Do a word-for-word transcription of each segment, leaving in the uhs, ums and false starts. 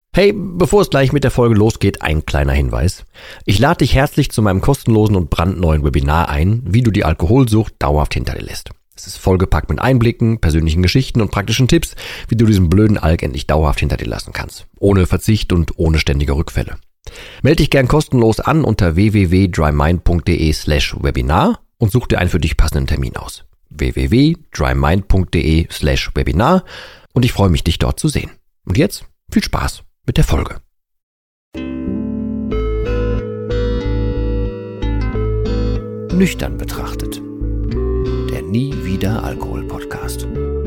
Hey, bevor es gleich mit der Folge losgeht, ein kleiner Hinweis. Ich lade dich herzlich zu meinem kostenlosen und brandneuen Webinar ein, wie du die Alkoholsucht dauerhaft hinter dir lässt. Es ist vollgepackt mit Einblicken, persönlichen Geschichten und praktischen Tipps, wie du diesen blöden Alk endlich dauerhaft hinter dir lassen kannst. Ohne Verzicht und ohne ständige Rückfälle. Melde dich gern kostenlos an unter w w w punkt drymind.de slash webinar und such dir einen für dich passenden Termin aus. w w w punkt drymind.de slash webinar und ich freue mich, dich dort zu sehen. Und jetzt viel Spaß mit der Folge. Nüchtern betrachtet. Der Nie wieder Alkohol Podcast.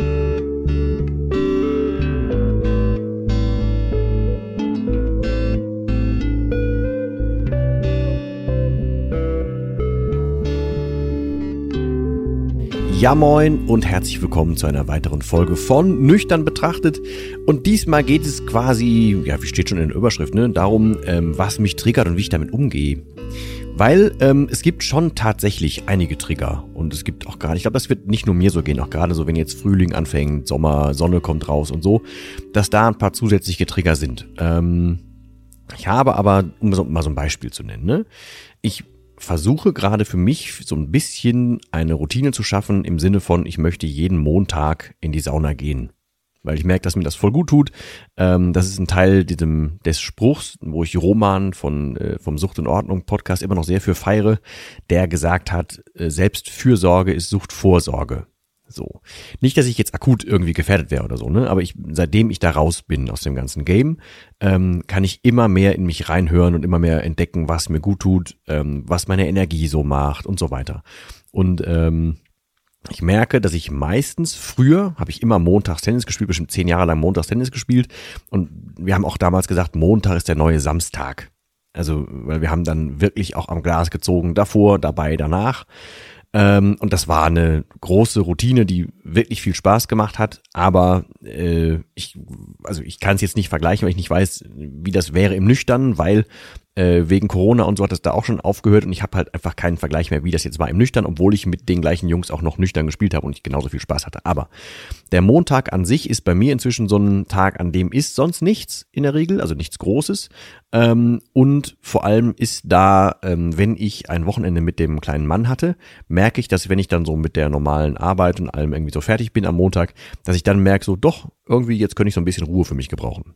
Ja moin und herzlich willkommen zu einer weiteren Folge von Nüchtern betrachtet. Und diesmal geht es quasi, ja wie steht schon in der Überschrift, ne, darum, ähm, was mich triggert und wie ich damit umgehe. Weil ähm, es gibt schon tatsächlich einige Trigger und es gibt auch gerade, ich glaube, das wird nicht nur mir so gehen, auch gerade so, wenn jetzt Frühling anfängt, Sommer, Sonne kommt raus und so, dass da ein paar zusätzliche Trigger sind. Ähm, ich habe aber, um so, mal so ein Beispiel zu nennen, ne, ich versuche gerade für mich so ein bisschen eine Routine zu schaffen im Sinne von, ich möchte jeden Montag in die Sauna gehen. Weil ich merke, dass mir das voll gut tut. Ähm, das ist ein Teil diesem, des Spruchs, wo ich Roman von, äh, vom Sucht in Ordnung Podcast immer noch sehr für feiere, der gesagt hat, äh, Selbstfürsorge ist Suchtvorsorge. So. Nicht, dass ich jetzt akut irgendwie gefährdet wäre oder so, ne? Aber ich, seitdem ich da raus bin aus dem ganzen Game, ähm, kann ich immer mehr in mich reinhören und immer mehr entdecken, was mir gut tut, ähm, was meine Energie so macht und so weiter. Und ähm, ich merke, dass ich meistens, früher habe ich immer montags Tennis gespielt, bestimmt zehn Jahre lang montags Tennis gespielt. Und wir haben auch damals gesagt, Montag ist der neue Samstag. Also, weil wir haben dann wirklich auch am Glas gezogen, davor, dabei, danach. Ähm, und das war eine große Routine, die wirklich viel Spaß gemacht hat, aber äh, ich, also ich kann es jetzt nicht vergleichen, weil ich nicht weiß, wie das wäre im Nüchtern, weil äh, wegen Corona und so hat das da auch schon aufgehört und ich habe halt einfach keinen Vergleich mehr, wie das jetzt war im Nüchtern, obwohl ich mit den gleichen Jungs auch noch nüchtern gespielt habe und ich genauso viel Spaß hatte. Aber der Montag an sich ist bei mir inzwischen so ein Tag, an dem ist sonst nichts in der Regel, also nichts Großes. Ähm, und vor allem ist da, ähm, wenn ich ein Wochenende mit dem kleinen Mann hatte, merke ich, dass wenn ich dann so mit der normalen Arbeit und allem irgendwie so fertig bin am Montag, dass ich dann merke, so doch, irgendwie jetzt könnte ich so ein bisschen Ruhe für mich gebrauchen.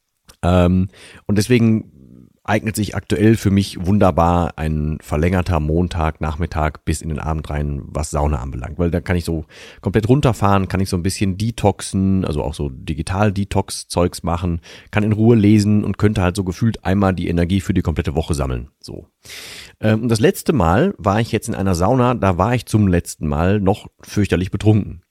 Ähm, und deswegen eignet sich aktuell für mich wunderbar ein verlängerter Montagnachmittag bis in den Abend rein, was Sauna anbelangt, weil da kann ich so komplett runterfahren, kann ich so ein bisschen detoxen, also auch so Digital-Detox-Zeugs machen, kann in Ruhe lesen und könnte halt so gefühlt einmal die Energie für die komplette Woche sammeln. So. Ähm, das letzte Mal war ich jetzt in einer Sauna, da war ich zum letzten Mal noch fürchterlich betrunken.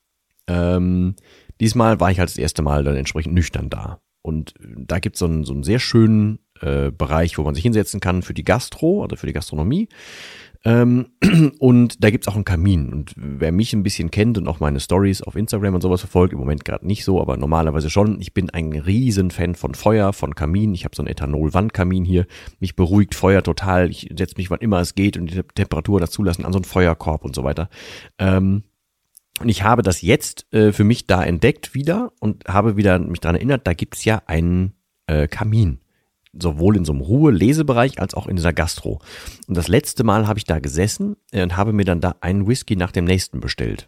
Ähm, diesmal war ich halt das erste Mal dann entsprechend nüchtern da. Und da gibt's so einen, so einen sehr schönen äh, Bereich, wo man sich hinsetzen kann für die Gastro, also für die Gastronomie. Ähm, und da gibt's auch einen Kamin. Und wer mich ein bisschen kennt und auch meine Stories auf Instagram und sowas verfolgt, im Moment gerade nicht so, aber normalerweise schon. Ich bin ein riesen Fan von Feuer, von Kamin. Ich habe so einen Ethanol-Wandkamin hier. Mich beruhigt Feuer total. Ich setze mich, wann immer es geht und die Temperatur dazu lassen, an so einen Feuerkorb und so weiter. Ähm, Und ich habe das jetzt äh, für mich da entdeckt wieder und habe wieder mich daran erinnert, da gibt's ja einen äh, Kamin. Sowohl in so einem Ruhe-Lesebereich als auch in dieser Gastro. Und das letzte Mal habe ich da gesessen äh, und habe mir dann da einen Whisky nach dem nächsten bestellt.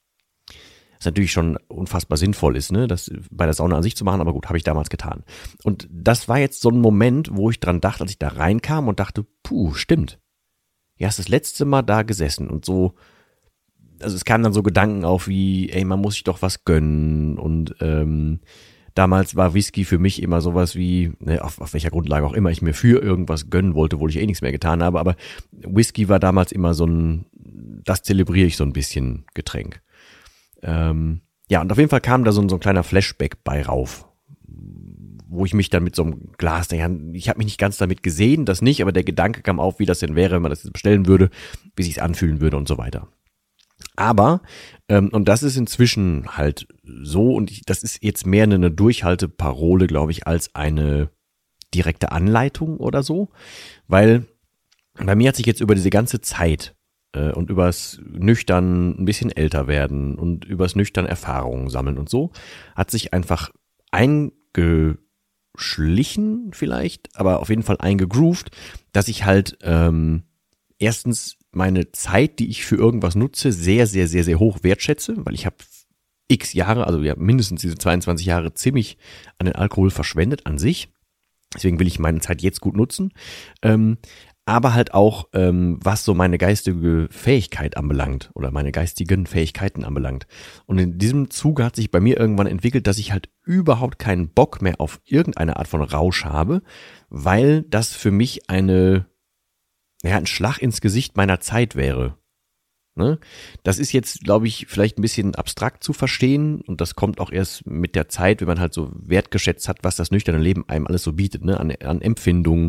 Was natürlich schon unfassbar sinnvoll ist, ne, das bei der Sauna an sich zu machen, aber gut, habe ich damals getan. Und das war jetzt so ein Moment, wo ich dran dachte, als ich da reinkam und dachte, puh, stimmt. Ja, hast das letzte Mal da gesessen und so. Also es kamen dann so Gedanken auf wie, ey, man muss sich doch was gönnen und ähm, damals war Whisky für mich immer sowas wie, ne, auf, auf welcher Grundlage auch immer ich mir für irgendwas gönnen wollte, obwohl ich eh nichts mehr getan habe, aber Whisky war damals immer so ein, das zelebriere ich so ein bisschen Getränk. Ähm, ja, und auf jeden Fall kam da so ein, so ein kleiner Flashback bei rauf, wo ich mich dann mit so einem Glas, ich habe mich nicht ganz damit gesehen, das nicht, aber der Gedanke kam auf, wie das denn wäre, wenn man das jetzt bestellen würde, wie sich's anfühlen würde und so weiter. Aber, ähm, und das ist inzwischen halt so, und ich, das ist jetzt mehr eine, eine Durchhalteparole, glaube ich, als eine direkte Anleitung oder so, weil bei mir hat sich jetzt über diese ganze Zeit äh, und übers nüchtern ein bisschen älter werden und übers nüchtern Erfahrungen sammeln und so, hat sich einfach einge eingeschlichen vielleicht, aber auf jeden Fall eingegroovt, dass ich halt ähm, erstens meine Zeit, die ich für irgendwas nutze, sehr, sehr, sehr, sehr hoch wertschätze, weil ich habe x Jahre, also ja mindestens diese zweiundzwanzig Jahre ziemlich an den Alkohol verschwendet an sich. Deswegen will ich meine Zeit jetzt gut nutzen. Ähm, aber halt auch, ähm, was so meine geistige Fähigkeit anbelangt oder meine geistigen Fähigkeiten anbelangt. Und in diesem Zuge hat sich bei mir irgendwann entwickelt, dass ich halt überhaupt keinen Bock mehr auf irgendeine Art von Rausch habe, weil das für mich eine, naja, ein Schlag ins Gesicht meiner Zeit wäre. Ne? Das ist jetzt, glaube ich, vielleicht ein bisschen abstrakt zu verstehen und das kommt auch erst mit der Zeit, wenn man halt so wertgeschätzt hat, was das nüchterne Leben einem alles so bietet, ne? An, an Empfindungen,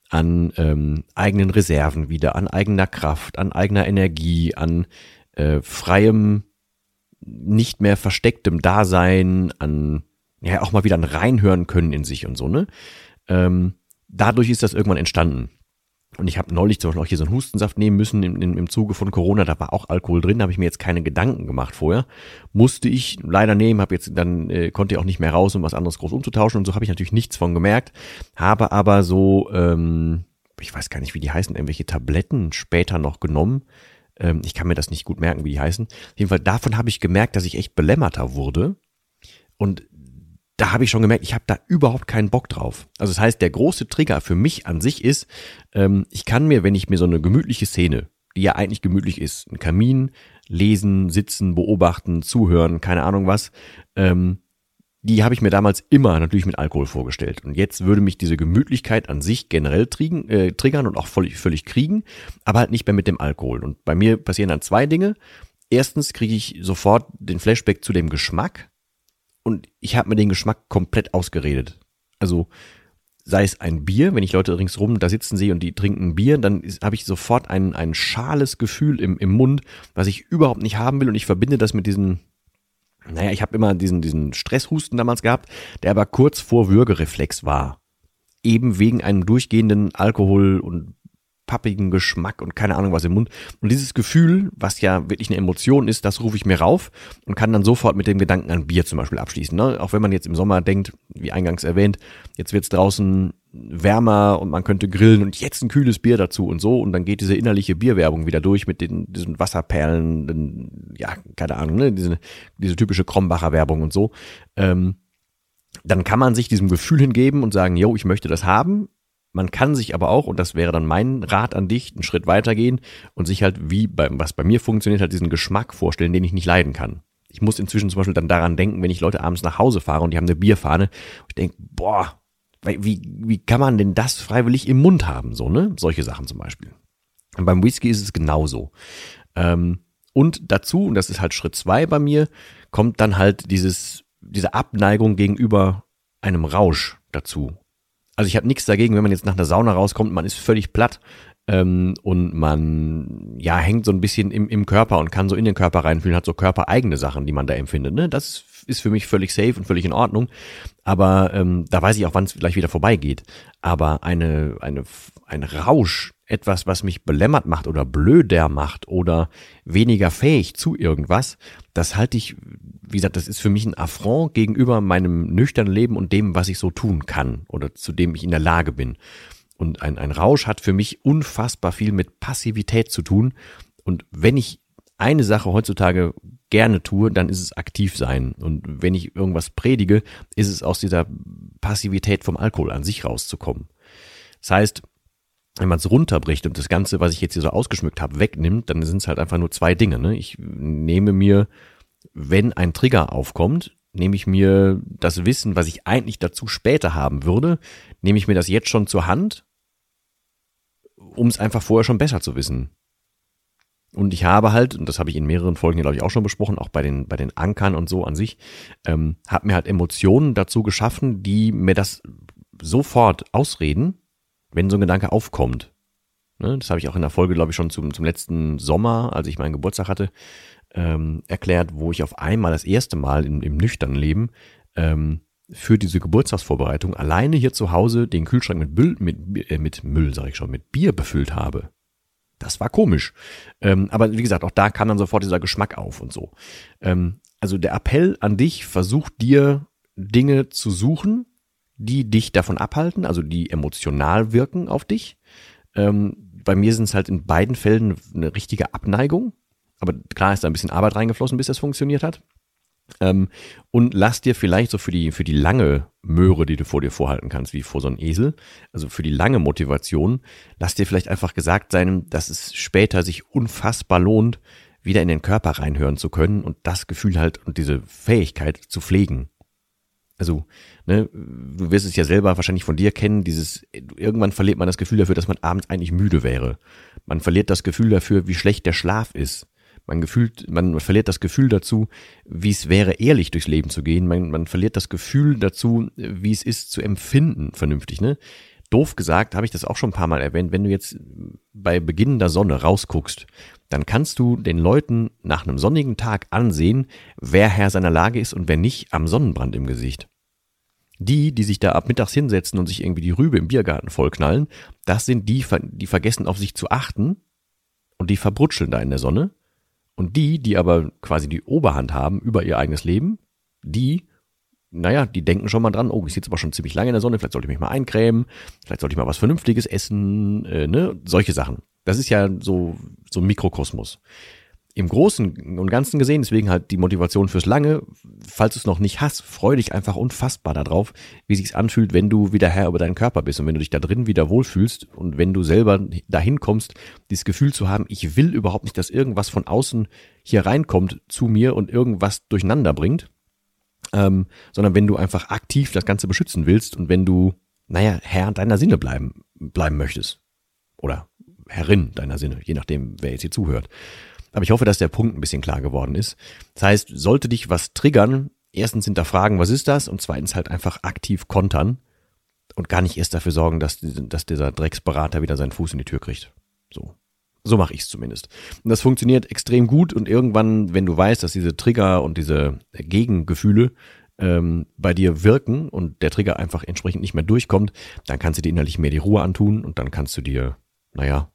an ähm, eigenen Reserven wieder, an eigener Kraft, an eigener Energie, an äh, freiem, nicht mehr verstecktem Dasein, an ja auch mal wieder ein Reinhören können in sich und so, ne? Ähm, dadurch ist das irgendwann entstanden. Und ich habe neulich zum Beispiel auch hier so einen Hustensaft nehmen müssen im, im, im Zuge von Corona, da war auch Alkohol drin, da habe ich mir jetzt keine Gedanken gemacht vorher. Musste ich leider nehmen, habe jetzt dann äh, konnte ich auch nicht mehr raus, um was anderes groß umzutauschen und so habe ich natürlich nichts von gemerkt. Habe aber so, ähm, ich weiß gar nicht, wie die heißen, irgendwelche Tabletten später noch genommen. Ähm, ich kann mir das nicht gut merken, wie die heißen. Auf jeden Fall davon habe ich gemerkt, dass ich echt belämmerter wurde. Und da habe ich schon gemerkt, ich habe da überhaupt keinen Bock drauf. Also das heißt, der große Trigger für mich an sich ist, ähm, ich kann mir, wenn ich mir so eine gemütliche Szene, die ja eigentlich gemütlich ist, ein Kamin, lesen, sitzen, beobachten, zuhören, keine Ahnung was, ähm, die habe ich mir damals immer natürlich mit Alkohol vorgestellt. Und jetzt würde mich diese Gemütlichkeit an sich generell triggern, äh, triggern und auch völlig, völlig kriegen, aber halt nicht mehr mit dem Alkohol. Und bei mir passieren dann zwei Dinge. Erstens kriege ich sofort den Flashback zu dem Geschmack. Und ich habe mir den Geschmack komplett ausgeredet. Also sei es ein Bier, wenn ich Leute ringsrum da sitzen sehe und die trinken Bier, dann habe ich sofort ein, ein schales Gefühl im, im Mund, was ich überhaupt nicht haben will. Und ich verbinde das mit diesen, naja, ich habe immer diesen, diesen Stresshusten damals gehabt, der aber kurz vor Würgereflex war. Eben wegen einem durchgehenden Alkohol- und pappigen Geschmack und keine Ahnung was im Mund. Und dieses Gefühl, was ja wirklich eine Emotion ist, das rufe ich mir rauf und kann dann sofort mit dem Gedanken an Bier zum Beispiel abschließen. Ne? Auch wenn man jetzt im Sommer denkt, wie eingangs erwähnt, jetzt wird's draußen wärmer und man könnte grillen und jetzt ein kühles Bier dazu und so. Und dann geht diese innerliche Bierwerbung wieder durch mit den, diesen Wasserperlen, den, ja, keine Ahnung, ne? diese, diese typische Krombacher Werbung und so. Ähm, dann kann man sich diesem Gefühl hingeben und sagen, yo, ich möchte das haben. Man kann sich aber auch, und das wäre dann mein Rat an dich, einen Schritt weitergehen und sich halt, wie bei, was bei mir funktioniert, halt diesen Geschmack vorstellen, den ich nicht leiden kann. Ich muss inzwischen zum Beispiel dann daran denken, wenn ich Leute abends nach Hause fahre und die haben eine Bierfahne, und ich denke, boah, wie, wie kann man denn das freiwillig im Mund haben, so, ne? Solche Sachen zum Beispiel. Und beim Whisky ist es genauso. Ähm, und dazu, und das ist halt Schritt zwei bei mir, kommt dann halt dieses, diese Abneigung gegenüber einem Rausch dazu. Also ich habe nichts dagegen, wenn man jetzt nach einer Sauna rauskommt, man ist völlig platt ähm, und man ja hängt so ein bisschen im, im Körper und kann so in den Körper reinfühlen, hat so körpereigene Sachen, die man da empfindet. Ne? Das ist für mich völlig safe und völlig in Ordnung. Aber ähm, da weiß ich auch, wann es gleich wieder vorbeigeht. Aber eine, eine, ein Rausch, etwas, was mich belämmert macht oder blöder macht oder weniger fähig zu irgendwas, das halte ich, wie gesagt, das ist für mich ein Affront gegenüber meinem nüchternen Leben und dem, was ich so tun kann oder zu dem ich in der Lage bin. Und ein, ein Rausch hat für mich unfassbar viel mit Passivität zu tun. Und wenn ich eine Sache heutzutage gerne tue, dann ist es aktiv sein. Und wenn ich irgendwas predige, ist es aus dieser Passivität vom Alkohol an sich rauszukommen. Das heißt, wenn man es runterbricht und das Ganze, was ich jetzt hier so ausgeschmückt habe, wegnimmt, dann sind es halt einfach nur zwei Dinge. Ne? Ich nehme mir, wenn ein Trigger aufkommt, nehme ich mir das Wissen, was ich eigentlich dazu später haben würde, nehme ich mir das jetzt schon zur Hand, um es einfach vorher schon besser zu wissen. Und ich habe halt, und das habe ich in mehreren Folgen, glaube ich, auch schon besprochen, auch bei den bei den Ankern und so an sich, ähm, habe mir halt Emotionen dazu geschaffen, die mir das sofort ausreden, wenn so ein Gedanke aufkommt. Ne, das habe ich auch in der Folge, glaube ich, schon zum, zum letzten Sommer, als ich meinen Geburtstag hatte, ähm, erklärt, wo ich auf einmal das erste Mal im, im nüchternen Leben ähm, für diese Geburtstagsvorbereitung alleine hier zu Hause den Kühlschrank mit Müll, mit, äh, mit Müll, sage ich schon, mit Bier befüllt habe. Das war komisch. Ähm, aber wie gesagt, auch da kam dann sofort dieser Geschmack auf und so. Ähm, also der Appell an dich, versuch dir Dinge zu suchen, die dich davon abhalten, also die emotional wirken auf dich. Ähm, bei mir sind es halt in beiden Fällen eine richtige Abneigung. Aber klar ist da ein bisschen Arbeit reingeflossen, bis das funktioniert hat. Ähm, und lass dir vielleicht so für die, für die lange Möhre, die du vor dir vorhalten kannst, wie vor so einem Esel, also für die lange Motivation, lass dir vielleicht einfach gesagt sein, dass es später sich unfassbar lohnt, wieder in den Körper reinhören zu können und das Gefühl halt und diese Fähigkeit zu pflegen. Also, ne, du wirst es ja selber wahrscheinlich von dir kennen, dieses, irgendwann verliert man das Gefühl dafür, dass man abends eigentlich müde wäre. Man verliert das Gefühl dafür, wie schlecht der Schlaf ist. Man gefühlt, man verliert das Gefühl dazu, wie es wäre, ehrlich durchs Leben zu gehen. Man, man verliert das Gefühl dazu, wie es ist, zu empfinden, vernünftig, ne? Doof gesagt, habe ich das auch schon ein paar Mal erwähnt, wenn du jetzt bei Beginn der Sonne rausguckst, dann kannst du den Leuten nach einem sonnigen Tag ansehen, wer Herr seiner Lage ist und wer nicht, am Sonnenbrand im Gesicht. Die, die sich da ab mittags hinsetzen und sich irgendwie die Rübe im Biergarten vollknallen, das sind die, die vergessen auf sich zu achten und die verbrutscheln da in der Sonne. Und die, die aber quasi die Oberhand haben über ihr eigenes Leben, die, naja, die denken schon mal dran, oh, ich sitze aber schon ziemlich lange in der Sonne, vielleicht sollte ich mich mal eincremen, vielleicht sollte ich mal was Vernünftiges essen, äh, ne, solche Sachen. Das ist ja so, so ein Mikrokosmos. Im Großen und Ganzen gesehen, deswegen halt die Motivation fürs Lange, falls du es noch nicht hast, freu dich einfach unfassbar darauf, wie sich's anfühlt, wenn du wieder Herr über deinen Körper bist und wenn du dich da drin wieder wohlfühlst und wenn du selber dahin kommst, dieses Gefühl zu haben, ich will überhaupt nicht, dass irgendwas von außen hier reinkommt zu mir und irgendwas durcheinander bringt, ähm, sondern wenn du einfach aktiv das Ganze beschützen willst und wenn du, naja, Herr deiner Sinne bleiben, bleiben möchtest. Oder Herrin deiner Sinne, je nachdem, wer jetzt hier zuhört. Aber ich hoffe, dass der Punkt ein bisschen klar geworden ist. Das heißt, sollte dich was triggern, erstens hinterfragen, was ist das? Und zweitens halt einfach aktiv kontern und gar nicht erst dafür sorgen, dass, dass dieser Drecksberater wieder seinen Fuß in die Tür kriegt. So. So mache ich es zumindest. Und das funktioniert extrem gut und irgendwann, wenn du weißt, dass diese Trigger und diese Gegengefühle ähm, bei dir wirken und der Trigger einfach entsprechend nicht mehr durchkommt, dann kannst du dir innerlich mehr die Ruhe antun und dann kannst du dir, naja,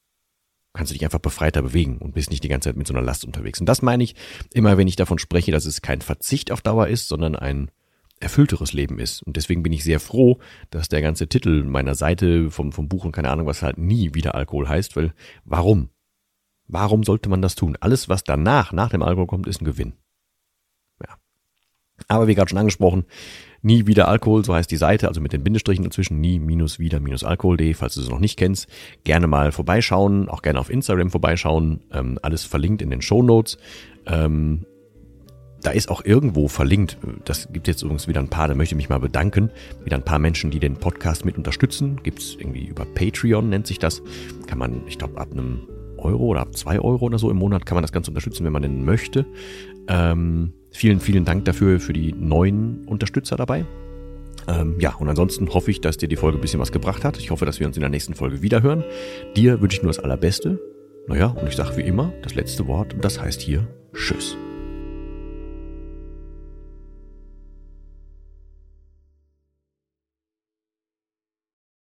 kannst du dich einfach befreiter bewegen und bist nicht die ganze Zeit mit so einer Last unterwegs. Und das meine ich immer, wenn ich davon spreche, dass es kein Verzicht auf Dauer ist, sondern ein erfüllteres Leben ist. Und deswegen bin ich sehr froh, dass der ganze Titel meiner Seite vom, vom Buch und keine Ahnung was halt nie wieder Alkohol heißt, weil warum? Warum sollte man das tun? Alles, was danach, nach dem Alkohol kommt, ist ein Gewinn. Ja. Aber wie gerade schon angesprochen, nie wieder Alkohol, so heißt die Seite, also mit den Bindestrichen dazwischen, nie minus wieder minus alkohol punkt de, falls du es noch nicht kennst, gerne mal vorbeischauen, auch gerne auf Instagram vorbeischauen, ähm, alles verlinkt in den Shownotes. Ähm, da ist auch irgendwo verlinkt, das gibt jetzt übrigens wieder ein paar, da möchte ich mich mal bedanken, wieder ein paar Menschen, die den Podcast mit unterstützen, gibt's irgendwie über Patreon, nennt sich das, kann man, ich glaube, ab einem Euro oder ab zwei Euro oder so im Monat kann man das Ganze unterstützen, wenn man denn möchte. Ähm, vielen, vielen Dank dafür, für die neuen Unterstützer dabei. Ähm, ja, und ansonsten hoffe ich, dass dir die Folge ein bisschen was gebracht hat. Ich hoffe, dass wir uns in der nächsten Folge wiederhören. Dir wünsche ich nur das Allerbeste. Naja, und ich sage wie immer, das letzte Wort, und das heißt hier Tschüss.